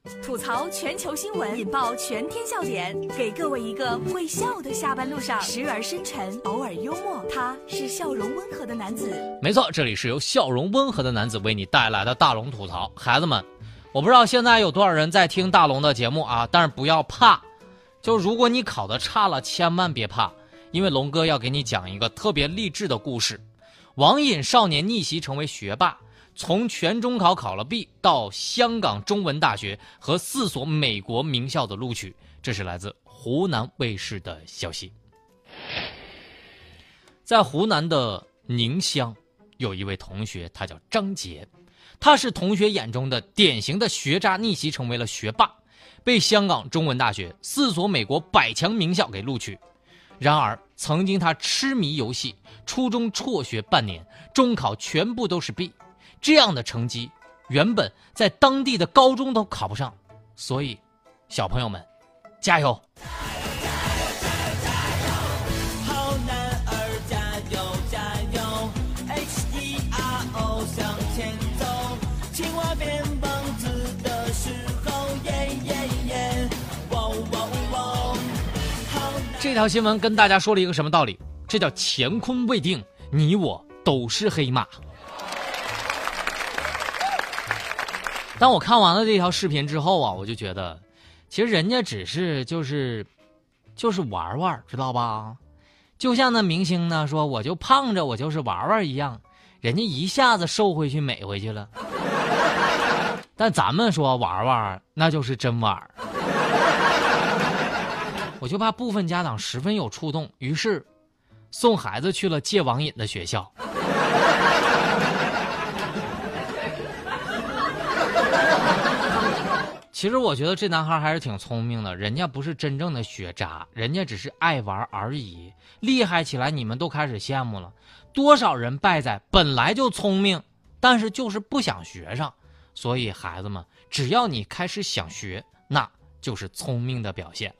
吐槽全球新闻，引爆全天笑点，给各位一个会笑的下班路上，时而深沉，偶尔幽默。他是笑容温和的男子。 没错，这里是由笑容温和的男子为你带来的大龙吐槽。孩子们，我不知道现在有多少人在听大龙的节目啊，但是不要怕，就如果你考得差了，千万别怕，因为龙哥要给你讲一个特别励志的故事。网瘾少年逆袭成为学霸，从全中考考了 B 到香港中文大学和4所美国名校的录取，这是来自湖南卫视的消息。在湖南的宁乡，有一位同学，他叫张杰，他是同学眼中的典型的学渣逆袭成为了学霸，被香港中文大学4所美国100强名校给录取。然而曾经他痴迷游戏，初中辍学半年，中考全部都是 B，这样的成绩原本在当地的高中都考不上，所以小朋友们加油。 好男儿加油加油 H-E-R-O 向前走，青蛙变王子的时候耶耶耶哇哇哇。 这条新闻跟大家说了一个什么道理？这叫乾坤未定，你我都是黑马。当我看完了这条视频之后啊，我就觉得其实人家只是就是玩玩，知道吧？就像那明星呢说我就胖着我就是玩玩一样，人家一下子瘦回去美回去了。但咱们说玩玩那就是真玩。我就怕部分家长十分有触动，于是送孩子去了戒网瘾的学校。其实我觉得这男孩还是挺聪明的，人家不是真正的学渣，人家只是爱玩而已。厉害起来你们都开始羡慕了，多少人败在本来就聪明，但是就是不想学上。所以孩子们，只要你开始想学，那就是聪明的表现。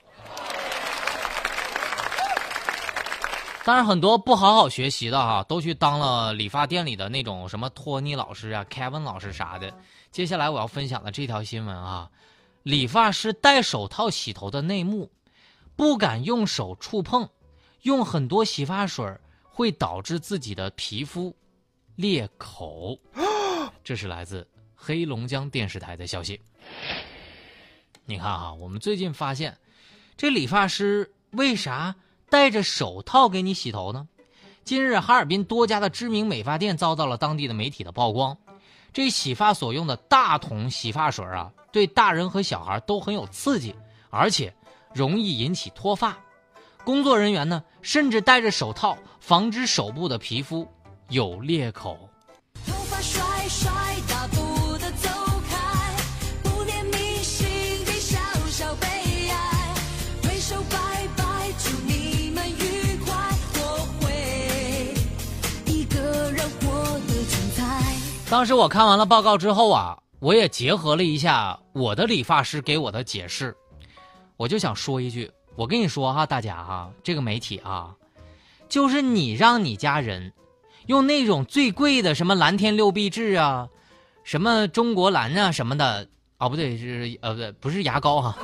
当然很多不好好学习的都去当了理发店里的那种什么托尼老师啊 Kevin 老师啥的。接下来我要分享的这条新闻理发师戴手套洗头的内幕，不敢用手触碰，用很多洗发水会导致自己的皮肤裂口。这是来自黑龙江电视台的消息。你看我们最近发现这理发师为啥戴着手套给你洗头呢？近日哈尔滨多家的知名美发店遭到了当地的媒体的曝光。这洗发所用的大桶洗发水对大人和小孩都很有刺激，而且容易引起脱发。工作人员呢甚至戴着手套防止手部的皮肤有裂口。 头发甩甩大步的走开，不念迷信的小小悲哀，挥手拜拜祝你们愉快，我会一个人活得精彩。 当时我看完了报告之后我也结合了一下我的理发师给我的解释，我就想说一句，我跟你说大家这个媒体就是你让你家人用那种最贵的什么蓝天六必治什么中国蓝什么的不对是不是牙膏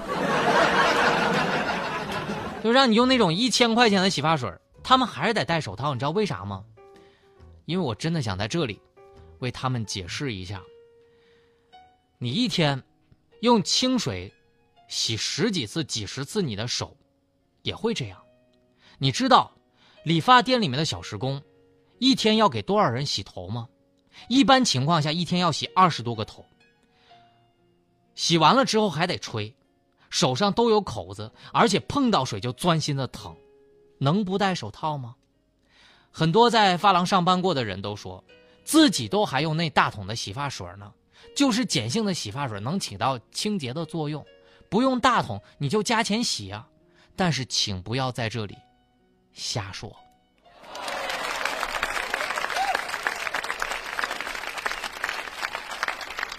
就让你用那种1000块钱的洗发水，他们还是得戴手套，你知道为啥吗？因为我真的想在这里为他们解释一下，你一天用清水洗10几次几十次你的手也会这样。你知道理发店里面的小时工一天要给多少人洗头吗？一般情况下一天要洗20多个头，洗完了之后还得吹，手上都有口子，而且碰到水就钻心的疼，能不戴手套吗？很多在发廊上班过的人都说自己都还用那大桶的洗发水呢，就是碱性的洗发水能起到清洁的作用，不用大桶你就加钱洗但是请不要在这里瞎说。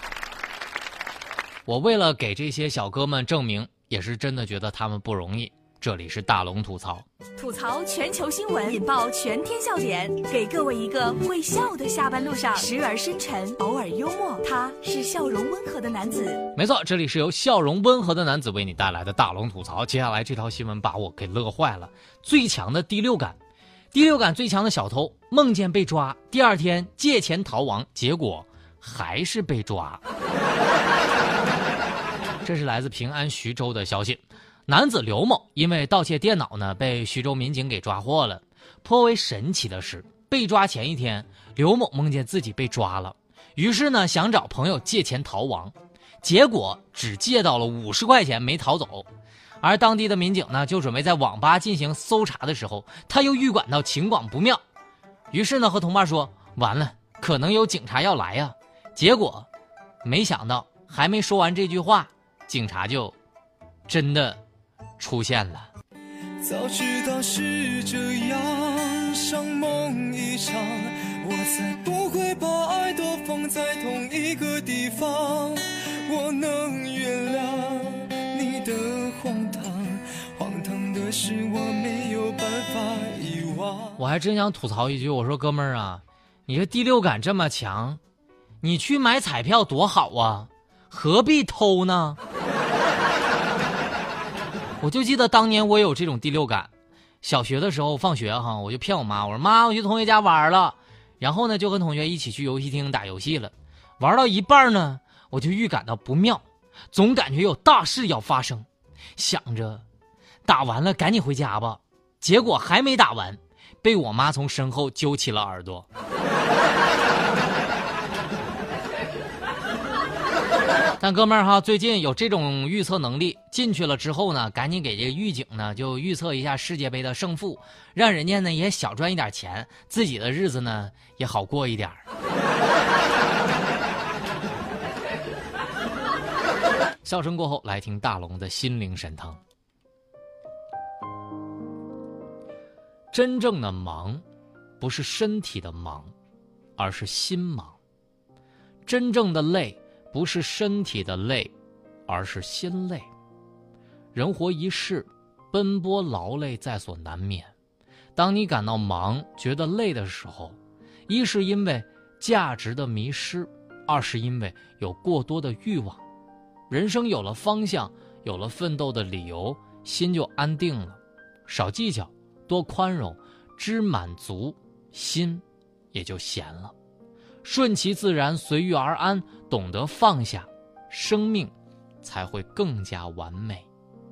我为了给这些小哥们证明，也是真的觉得他们不容易。 这里是大龙吐槽， 吐槽全球新闻，引爆全天笑点，给各位一个会笑的下班路上，时而深沉，偶尔幽默。他是笑容温和的男子。 没错，这里是由笑容温和的男子为你带来的大龙吐槽。接下来这条新闻把我给乐坏了。最强的第六感最强的小偷梦见被抓，第二天借钱逃亡，结果还是被抓。这是来自平安徐州的消息。男子刘某因为盗窃电脑呢，被徐州民警给抓获了。颇为神奇的是，被抓前一天，刘某梦见自己被抓了，于是呢想找朋友借钱逃亡，结果只借到了50块钱，没逃走。而当地的民警呢，就准备在网吧进行搜查的时候，他又预感到情况不妙，于是呢和同伴说：“完了，可能有警察要来呀。”结果，没想到还没说完这句话，警察就真的出现了。 早知道是这样，像梦一场，我才不会把爱都放在同一个地方。我能原谅你的荒唐，荒唐的是我没有办法遗忘。 我还真想吐槽一句，我说哥们儿啊，你这第六感这么强，你去买彩票多好啊，何必偷呢？我就记得当年我有这种第六感，小学的时候放学哈，我就骗我妈，我说妈，我去同学家玩了，然后呢就跟同学一起去游戏厅打游戏了，玩到一半呢，我就预感到不妙，总感觉有大事要发生，想着打完了赶紧回家吧，结果还没打完，被我妈从身后揪起了耳朵。但哥们儿哈，最近有这种预测能力，进去了之后呢，赶紧给这个狱警呢就预测一下世界杯的胜负，让人家呢也小赚一点钱，自己的日子呢也好过一点。笑声过后，来听大龙的心灵神汤。真正的忙，不是身体的忙，而是心忙；真正的累，不是身体的累，而是心累。人活一世，奔波劳累在所难免。当你感到忙，觉得累的时候，一是因为价值的迷失，二是因为有过多的欲望。人生有了方向，有了奋斗的理由，心就安定了。少计较，多宽容，知满足，心也就闲了。顺其自然，随遇而安，懂得放下，生命才会更加完美。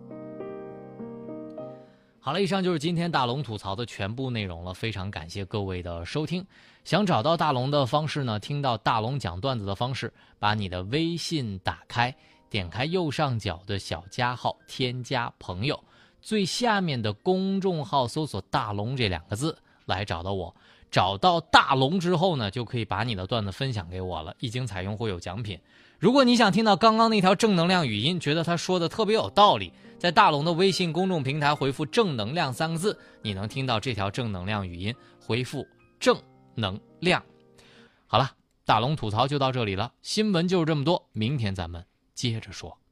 好了，以上就是今天大龙吐槽的全部内容了，非常感谢各位的收听。想找到大龙的方式呢，听到大龙讲段子的方式，把你的微信打开，点开右上角的小加号，添加朋友，最下面的公众号搜索大龙这2个字来找到我。找到大龙之后呢，就可以把你的段子分享给我了，一经采用会有奖品。如果你想听到刚刚那条正能量语音，觉得他说的特别有道理，在大龙的微信公众平台回复正能量3个字，你能听到这条正能量语音，回复正能量。好了，大龙吐槽就到这里了，新闻就是这么多，明天咱们接着说。